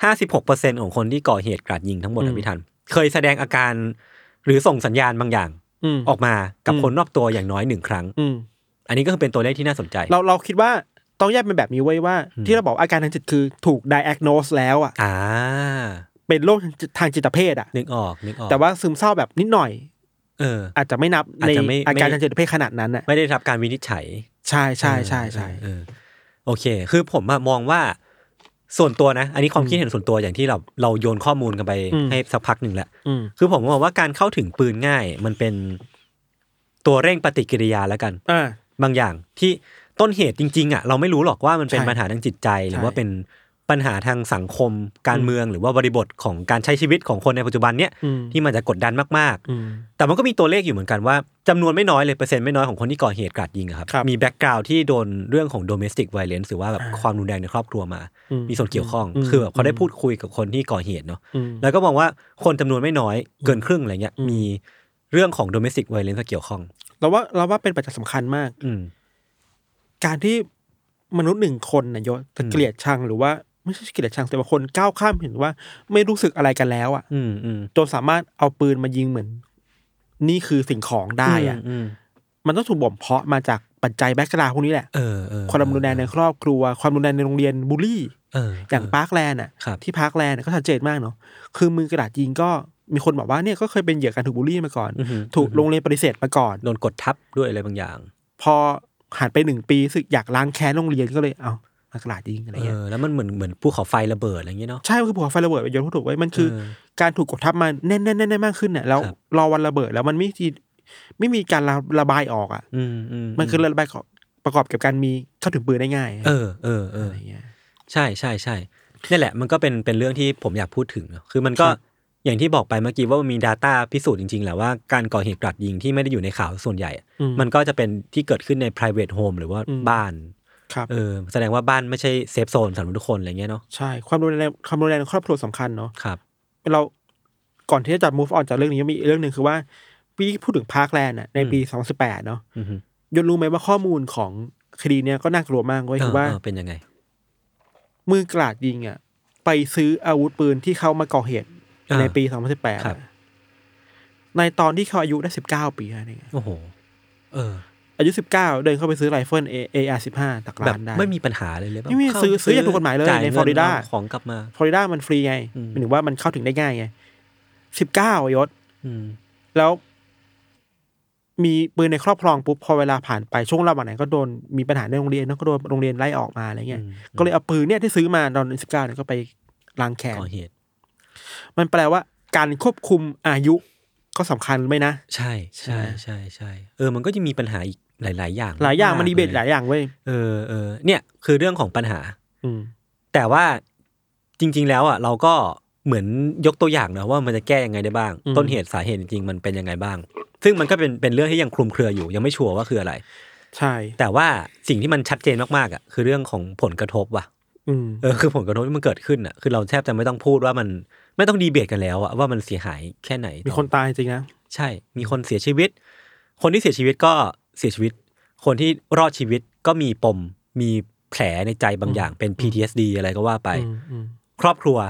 56% ของคนที่ก่อเหตุกราดยิงทั้งหมดพี่ทันเคยแสดงอาการหรือส่งสัญญาณบางอย่างออกมากับคนรอบตัวอย่างน้อย1ครั้งอันนี้ก็คือเป็นตัวเลขที่น่าสนใจเราคิดว่าต้องแยกเป็นแบบนี้ไว้ว่าที่เราบอกอาการทางจิตคือถูก diagnose แล้วเป็นโรคทางจิตเภทนึกออกแต่ว่าซึมเศร้าแบบนิดหน่อยอาจจะไม่นับในอาการทางจิตเภทขนาดนั้นไม่ได้รับการวินิจฉัยใช่โอเคคือผมมองว่าส่วนตัวนะอันนี้ความคิดเห็นส่วนตัวอย่างที่เราโยนข้อมูลกันไปให้สักพักหนึ่งแล้วคือผมมองว่าการเข้าถึงปืนง่ายมันเป็นตัวเร่งปฏิกิริยาแล้วกันบางอย่างที่ต้นเหตุจริงๆเราไม่รู้หรอกว่ามันเป็นปัญหาทางจิตใจหรือว่าเป็นปัญหาทางสังคมการเมืองหรือว่าบริบทของการใช้ชีวิตของคนในปัจจุบันเนี้ยที่มันจะกดดันมากๆแต่มันก็มีตัวเลขอยู่เหมือนกันว่าจำนวนไม่น้อยเลยเปอร์เซ็นต์ไม่น้อยของคนที่ก่อเหตุกราดยิงครับมีแบ็คกราวด์ที่โดนเรื่องของ domestic violence หรือว่าแบบความรุนแรงในครอบครัวมามีส่วนเกี่ยวข้องคือแบบเขาได้พูดคุยกับคนที่ก่อเหตุเนาะแล้วก็มองว่าคนจำนวนไม่น้อยเกินครึ่งอะไรเงี้ยมีเรื่องของ domestic violence เกี่ยวข้องเราว่าเป็นปัจจัยสำคัญมากการที่มนุษย์1คนนะยศจะเกลียดชังหรือว่าไม่ใช่เกลียดชังแต่ว่าคนก้าวข้ามเห็นว่าไม่รู้สึกอะไรกันแล้วอ่ะจนสามารถเอาปืนมายิงเหมือนนี่คือสิ่งของได้อ่ะมันต้องถูกบ่มเพาะมาจากปัจจัยแบ็คกราวด์พวกนี้แหละความรุนแรงในครอบครัวความรุนแรงในโรงเรียนบูลลี่อย่างพาร์คแลนด์อ่ะที่พาร์คแลนด์ก็ชัดเจนมากเนาะคือมือกระดาษยิงก็มีคนบอกว่าเนี่ยก็เคยเป็นเหยื่อการถูกบูลลี่มาก่อนถูกโรงเรียนปฏิเสธมาก่อนโดนกดทับด้วยอะไรบางอย่างพอผ่านไป1 ปีรู้สึกอยากล้างแค้นโรงเรียนก็เลยเอามากระดาษยิงอะไรเงี้ยแล้วมันเหมือนภูเขาไฟระเบิดอะไรเงี้ยเนาะใช่คือภูเขาไฟระเบิดไปโยนถูกไว้มันคือการถูกกดทับมาแน่นๆมากขึ้นเนี่ยแล้วรอวันระเบิดแล้วมันไม่มีการระบายออกอ่ะมันคือระบายประกอบกับการมีเข้าถึงปืนได้ง่ายอะไรเงี้ยใช่นี่แหละมันก็เป็นเรื่องที่ผมอยากพูดถึงคือมันก็อย่างที่บอกไปเมื่อกี้ว่ามันมี data พิสูจน์จริงๆแหละว่าการก่อเหตุกราดยิงที่ไม่ได้อยู่ในข่าวส่วนใหญ่มันก็จะเป็นที่เกิดขึ้นใน private home หรือว่าบ้านแสดงว่าบ้านไม่ใช่เซฟโซนสำหรับทุกคนอะไรเงี้ยเนาะใช่ความรุนแรงในครอบครัวสำคัญเนาะครับเราก่อนที่จะ move on จากเรื่องนี้มีเรื่องนึงคือว่าพี่พูดถึงพาร์คแลนด์ในปี2018เนาะยศรู้ไหมว่าข้อมูลของคดีเนี้ยก็น่ากลัวมากเว้ยคือว่าเป็นยังไงมือกราดยิงอ่ะไปซื้ออาวุธปืนที่เขามาก่อเหตุในปี2018ในตอนที่เขาอายุได้19 ปีอะไรเงี้ยโอ้โหอายุ19เดินเข้าไปซื้อไรเฟิล AR-15 ตักร้านได้ไม่มีปัญหาเลยไม่มีซื้ออย่างถูกกฎหมายเลยในฟลอริดาของกลับมาฟลอริดามันฟรีไงหมายถึงว่ามันเข้าถึงได้ง่ายไง19ยศแล้วมีปืนในครอบครองปุ๊บพอเวลาผ่านไปช่วงระหว่างไหนก็โดนมีปัญหาในโรงเรียนก็โดนโรงเรียนไล่ออกมาอะไรเงี้ยก็เลยเอาปืนเนี่ยที่ซื้อมาตอน19เนี่ยก็ไปล้างแค้นมันแปลว่าการควบคุมอายุก็สำคัญไหมนะใช่มันก็จะมีปัญหาอีกหลายอย่างมันดีเบตหลายอย่างเว้ยเนี่ยคือเรื่องของปัญหาแต่ว่าจริงๆแล้วอ่ะเราก็เหมือนยกตัวอย่างนะว่ามันจะแก้ยังไงได้บ้างต้นเหตุสาเหตุจริงๆมันเป็นยังไงบ้างซึ่งมันก็เป็นเรื่องที่ยังคลุมเครืออยู่ยังไม่ชัวร์ว่าคืออะไรใช่แต่ว่าสิ่งที่มันชัดเจนมากๆอ่ะคือเรื่องของผลกระทบว่ะคือผลกระทบที่มันเกิดขึ้นอ่ะคือเราแทบจะไม่ต้องพูดว่ามันไม่ต้องดีเบตกันแล้วอ่ะว่ามันเสียหายแค่ไหนมีคนตายจริงนะใช่มีคนเสียชีวิตคนที่เสียชีวิตก็เสียชีวิตคนที่รอดชีวิตก็มีปมมีแผลในใจบางอย่างเป็น PTSD อะไรก็ว่าไปครอบครัว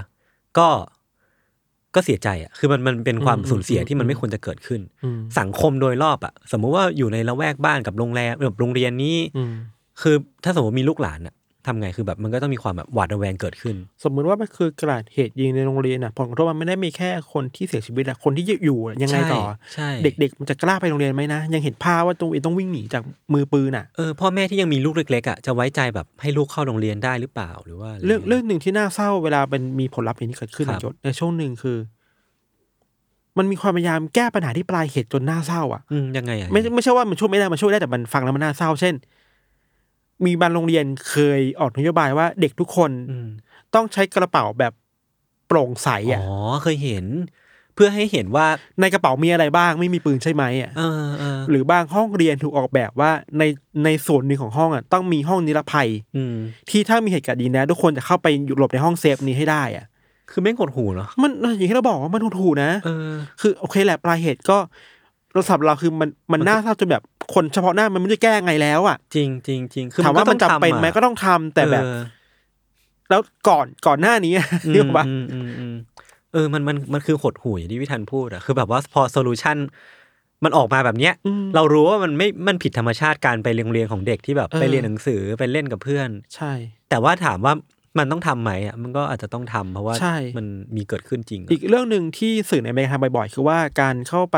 ก็เสียใจอ่ะคือมันเป็นความสูญเสียที่มันไม่ควรจะเกิดขึ้นสังคมโดยรอบอ่ะสมมุติว่าอยู่ในละแวกบ้านกับโรงแรมแบบโรงเรียนนี้คือถ้าสมมติมีลูกหลานอ่ะทำไงคือแบบมันก็ต้องมีความแบบหวาดระแวงเกิดขึ้นสมมติว่ามันคือกระดาษเหตุยิงในโรงเรียนอ่ะผลกระทบมันไม่ได้มีแค่คนที่เสียชีวิตอ่ะคนที่อยู่ยังไงต่อเด็กๆมันจะกล้าไปโรงเรียนไหมนะยังเห็นภาพว่าต้องวิ่งหนีจากมือปืนอ่ะพ่อแม่ที่ยังมีลูกเล็กๆอ่ะจะไว้ใจแบบให้ลูกเข้าโรงเรียนได้หรือเปล่าหรือว่าเรื่องหนึ่งที่น่าเศร้าเวลาเป็นมีผลลัพธ์อย่างนี้เกิดขึ้นในช่วงหนึ่งคือมันมีความพยายามแก้ปัญหาที่ปลายเหตุจนน่าเศร้าอ่ะยังไงอ่ะไม่ใช่ว่ามันช่วยไม่ได้มันช่วยได้แต่มันฟังแล้วมันน่าเศร้าเช่นมีบางโรงเรียนเคยออกนโยบายว่าเด็กทุกคนต้องใช้กระเป๋าแบบโปร่งใสอ่ะเคยเห็นเพื่อให้เห็นว่าในกระเป๋ามีอะไรบ้างไม่มีปืนใช่ไหมอ่ะหรือบางห้องเรียนถูกออกแบบว่าในส่วนหนึ่งของห้องอ่ะต้องมีห้องนิรภัยที่ถ้ามีเหตุการณ์ยิงนะทุกคนจะเข้าไปหลบในห้องเซฟนี้ให้ได้อ่ะคือไม่กดหูเนาะมันอย่างที่เราบอกว่ามันหดหูนะคือโอเคแหละปลายเหตุก็เราสำหรับเราคือมันน่าเศร้าจนแบบคนเฉพาะหน้ามันไม่รู้จะแก้ไงแล้วอ่ะจริงจริงจริงคือถามว่ามันจำเป็นไหมก็ต้องทำแต่แบบแล้วก่อนหน้านี้เรียกว่ามันคือหดหู่อย่างที่พี่ธันพูดอะคือแบบว่าพอโซลูชันมันออกมาแบบเนี้ยเรารู้ว่ามันผิดธรรมชาติการไปโรงเรียนของเด็กที่แบบไปเรียนหนังสือไปเล่นกับเพื่อนใช่แต่ว่าถามว่ามันต้องทำไหมอ่ะมันก็อาจจะต้องทำเพราะว่ามันมีเกิดขึ้นจริงอีกเรื่องนึงที่สื่อในอเมริกาทำบ่อยๆคือว่าการเข้า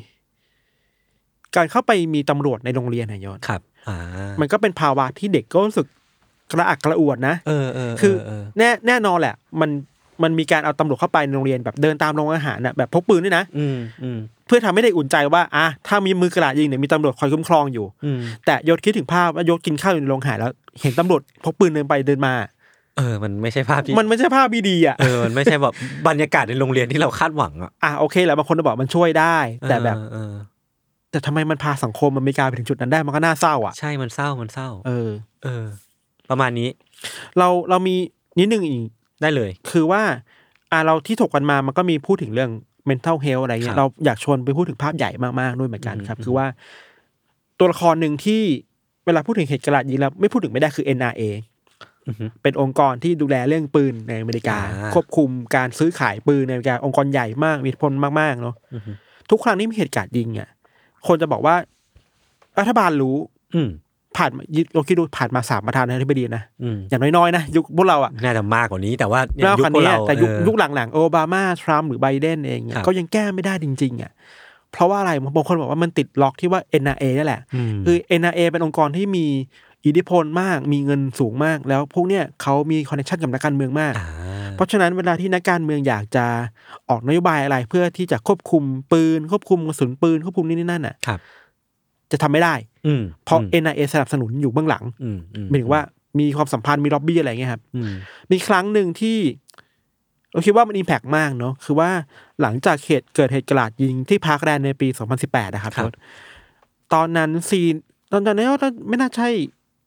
ไปมีตำรวจในโรงเรียนยศครับมันก็เป็นภาวะที่เด็กก็รู้สึกกระอักกระอ่วนนะคือแน่นอนแหละมันมีการเอาตำรวจเข้าไปในโรงเรียนแบบเดินตามโรงอาหารน่ะแบบพกปืนด้วยนะเพื่อทำให้เด็กอุ่นใจว่าถ้ามีมือกระดาษยิงเนี่ยมีตำรวจคอยคุ้มครองอยู่แต่ยศคิดถึงภาพว่ายศกินข้าวอยู่ในโรงอาหารแล้วเห็นตำรวจพกปืนเดินไปเดินมามันไม่ใช่ภาพที่มันไม่ใช่ภาพดีอ่ะมันไม่ใช่แบบบรรยากาศในโรงเรียนที่เราคาดหวังโอเคแหละบางคนจะบอกมันช่วยได้แต่แบบแต่ทำไมมันพาสังคมอเมริกาไปถึงจุดนั้นได้มันก็น่าเศร้าอ่ะใช่มันเศร้าประมาณนี้เรามีนิดนึงอีกได้เลยคือว่าเราที่ถกกันมามันก็มีพูดถึงเรื่อง mental health อะไรเงี้ยเราอยากชวนไปพูดถึงภาพใหญ่มากๆด้วยเหมือนกันครับคือว่าตัวละครหนึ่งที่เวลาพูดถึงเหตุการณ์ยิงแล้วไม่พูดถึงไม่ได้คือ NRA เป็นองค์กรที่ดูแลเรื่องปืนในอเมริกาควบคุมการซื้อขายปืนในอเมริกาองค์กรใหญ่มากมีอิทธิพลมากๆเนาะทุกครั้งที่มีเหตุการณ์ยิงคนจะบอกว่ารัฐบาลรู้ผ่านเราคิดดูผ่านมา3 ประธานาธิบดีนะอย่างน้อยๆนะยุคพวกเราน่าจะมากกว่านี้แต่ว่ายุคพวกเราแต่ยุคหลังๆโอบามาทรัมป์หรือไบเดนเองก็ยังแก้ไม่ได้จริงๆเพราะว่าอะไรบางคนบอกว่ามันติดล็อกที่ว่า NRA นั่นแหละคือ NRA เป็นองค์กรที่มีอิทธิพลมากมีเงินสูงมากแล้วพวกเนี้ยเขามีคอนเนคชั่นกับนักการเมืองมากเพราะฉะนั้นเวลาที่นักการเมืองอยากจะออกนโยบายอะไรเพื่อที่จะควบคุมปืนควบคุมกระสุนปืนควบคุมนี่นั่นน่ะจะทำไม่ได้เพราะ NRA สนับสนุนอยู่เบื้องหลังหมายถึงว่ามีความสัมพันธ์มีล็อบบี้อะไรเงี้ยครับมีครั้งหนึ่งที่เราคิดว่ามันอิมแพกมากเนาะคือว่าหลังจากเกิดเหตุกราดยิงที่พาร์คแลนด์ในปี2018นะครับตอนนั้นตอนนั้นไม่น่าใช่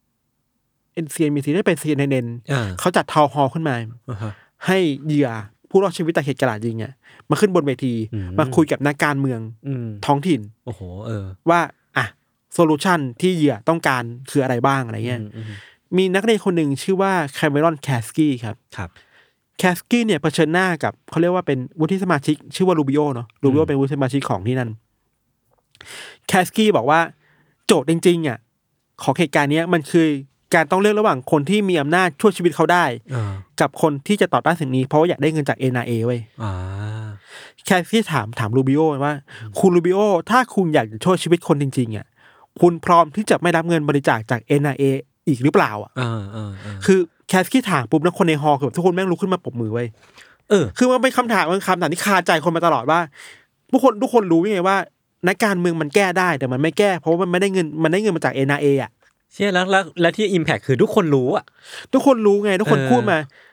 CNBC ได้เป็น CNN เขาจัดทาวน์ฮอลล์ขึ้นมาให้เหยื่อผู้รอดชีวิตจากเหตุการณ์ยิงมาขึ้นบนเวทีมาคุยกับนักการเมืองท้องถิ่นว่าโซลูชันที่เหยื่อต้องการคืออะไรบ้างอะไรเงี้ยมีนักเรียนคนหนึ่งชื่อว่าแคมเมรอนแคสกี้ครับแคสกี้เนี่ยเผชิญหน้ากับเขาเรียกว่าเป็นวุฒิสมาชิกชื่อว่ารูบิโอเนาะรูบิโอเป็นวุฒิสมาชิกของที่นั่นแคสกี้บอกว่าโจทย์จริงๆของเหตุการณ์นี้มันคือการต้องเลือกระหว่างคนที่มีอำนาจช่วยชีวิตเขาได้กับคนที่จะต่อต้านสิ่งนี้เพราะว่าอยากได้เงินจาก NRA เว้ยแคสกี้ถามรูบิโอว่าคุณรูบิโอถ้าคุณอยากจะช่วยชีวิตคนจริงๆคุณพร้อมที่จะไม่รับเงินบริจาคจาก NRA อีกหรือเปล่าคือแคสกี้ถามปุ๊บแล้วคนในฮอลล์คือทุกคนแม่งลุกขึ้นมาปรบมือไว้คือมันเป็นคำถามที่คาใจคนมาตลอดว่าทุกคนรู้ยังไงว่านักการเมืองมันแก้ได้แต่มันไม่แก้เพราะว่ามันไม่ได้เงินมาจาก NRA เชื่อแล้วที่ impact คือทุกคนรู้ทุกคนรู้ไงทุกคนพูดมา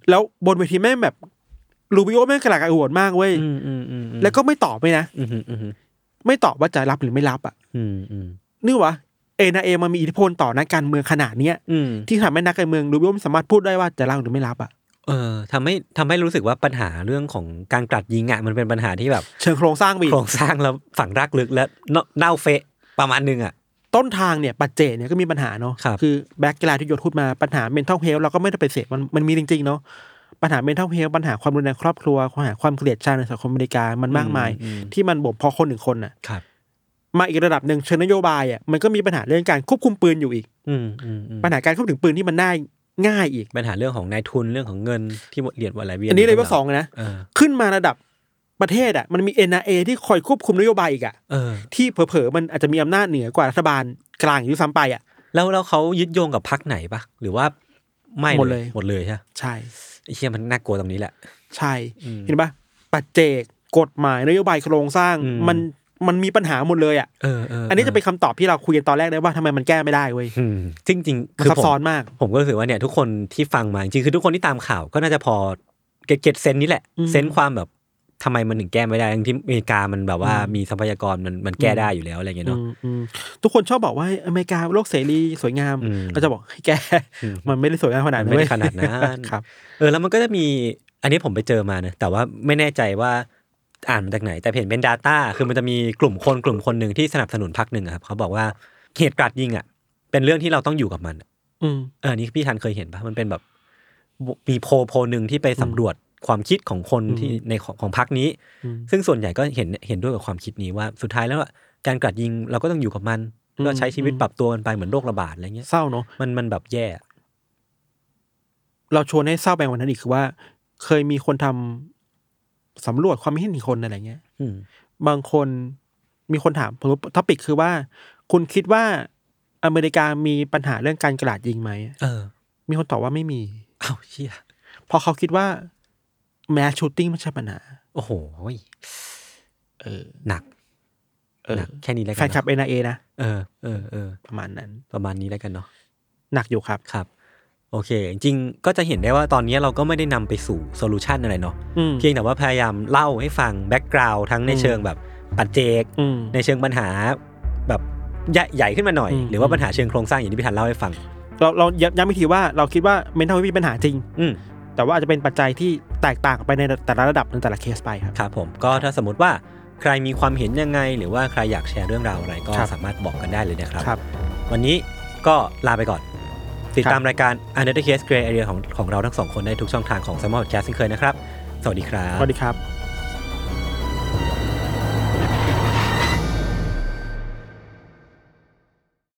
แล้วบนเวทีแม่งแบบลูบิโอแม่งกระหล่ำกระโหนมากเว้ยแล้วก็ไม่ตอบไปนะไม่ตอบว่าจะรับหรือไม่รับอ่ะนึกว่าNRAมันมีอิทธิพลต่อนักการเมืองขนาดเนี้ยที่ทำให้นักการเมืองลูบิโอไม่สามารถพูดได้ว่าจะรับหรือไม่รับอ่ะทำให้รู้สึกว่าปัญหาเรื่องของการกรัดยิงอ่ะมันเป็นปัญหาที่แบบเชิงโครงสร้างโครงสร้างแล้วฝังรากลึกและเน่าเฟะประมาณนึงอ่ะต้นทางเนี่ยปัจเจกเนี่ยก็มีปัญหาเนาะคือแบ็คกีฬาที่ยศพูดมาปัญหา mental health เราก็ไม่ได้ไปเสพมันมีจริงๆเนาะปัญหา mental health ปัญหาความรุนแรงครอบครัวปัญหาความเกลียดชังในสังคมอเมริกามันมากมายที่มันบ่มเพาะคนหนึ่งคนน่ะมาอีกระดับนึงเชิงนโยบายอ่ะมันก็มีปัญหาเรื่องการควบคุมปืนอยู่อีกปัญหาการเข้าถึงปืนที่มันง่ายอีกปัญหาเรื่องของนายทุนเรื่องของเงินที่เหรียญวันไหลเวียนอันนี้เลยว่า2นะขึ้นมาระดับประเทศอ่ะมันมี NRA ที่คอยควบคุมนโยบายอีกอ่ะที่เผลอๆมันอาจจะมีอำนาจเหนือกว่ารัฐบาลกลางอยู่ซ้ำไปอ่ะแล้วเขายึดโยงกับพรรคไหนปะหรือว่าไม่หมดเลยใช่ใช่ไอ้เหี้ยมันน่ากลัวตรงนี้แหละใช่เห็นปะปัจเจกกฎหมายนโยบายโครงสร้างมันมีปัญหาหมดเลยอ่ะอันนี้จะเป็นคำตอบที่เราคุยกันตอนแรกได้ว่าทำไมมันแก้ไม่ได้เว้ยจริงคือซับซ้อนมากผมก็รู้สึกว่าเนี่ยทุกคนที่ฟังมาจริงคือทุกคนที่ตามข่าวก็น่าจะพอเก็ตเซนนี้แหละเซนความแบบทำไมมันถึงแก้ไม่ได้ทั้งที่อเมริกามันแบบว่ามีทรัพยากรมันแก้ได้อยู่แล้วอะไรเงี้ยเนาะทุกคนชอบบอกว่าอเมริกาโลกเสรีสวยงามเราจะบอกให้แก้มันไม่ได้สวยงามขนาดนั้นไม่ได้ขนาดนั้นครับแล้วมันก็จะมีอันนี้ผมไปเจอมานะแต่ว่าไม่แน่ใจว่าอ่านมาจากไหนแต่เห็นเป็น data คือมันจะมีกลุ่มคนหนึ่งที่สนับสนุนพรรคหนึ่งครับเขาบอกว่าเหตุกราดยิงอ่ะเป็นเรื่องที่เราต้องอยู่กับมันนี่พี่ทันเคยเห็นปะมันเป็นแบบมีโพลนึงที่ไปสำรวจความคิดของคนที่ในของพรรคนี้ซึ่งส่วนใหญ่ก็เห็นด้วยกับความคิดนี้ว่าสุดท้ายแล้วการกราดยิงเราก็ต้องอยู่กับมันก็ใช้ชีวิตปรับตัวกันไปเหมือนโรคระบาดอะไรเงี้ยเศร้าเนาะมันแบบแย่เราชวนให้เศร้าไปวันนั้นอีกคือว่าเคยมีคนทำสำรวจความคิดเห็นคนอะไรเงี้ยบางคนมีคนถามท็อปิกคือว่าคุณคิดว่าอเมริกามีปัญหาเรื่องการกราดยิงไหมมีคนตอบว่าไม่มีอ้าวเหี้ยเพราะเขาคิดว่าแมสชูตติ้งไม่ใช่ปัญหาโอ้โหหนักแค่นี้แล้วกันแฟนคลับ NRA นะประมาณนี้แล้วกันเนาะหนักอยู่ครับครับโอเคจริงๆก็จะเห็นได้ว่าตอนนี้เราก็ไม่ได้นำไปสู่โซลูชันอะไรเนาะเพียงแต่ว่าพยายามเล่าให้ฟังแบ็กกราวด์ทั้งในเชิงแบบปัจเจกในเชิงปัญหาแบบใหญ่ขึ้นมาหน่อยหรือว่าปัญหาเชิงโครงสร้างอย่างที่พี่ธันเล่าให้ฟังเราย้ำอีกทีว่าเราคิดว่าเมนทัลมีปัญหาจริงแต่ว่าอาจจะเป็นปัจจัยที่แตกต่างไปในแต่ละระดับในแต่ละเคสไปครับครับผมก็ถ้าสมมติว่าใครมีความเห็นยังไงหรือว่าใครอยากแชร์เรื่องราวอะไรก็สามารถบอกกันได้เลยนะครับวันนี้ก็ลาไปก่อนติดตามรายการ Under the Case Gray Area ของเราทั้งสองคนได้ทุกช่องทางของ Salmon Podcast เช่นเคยนะครับสวัสดีครับสวัสดีครับ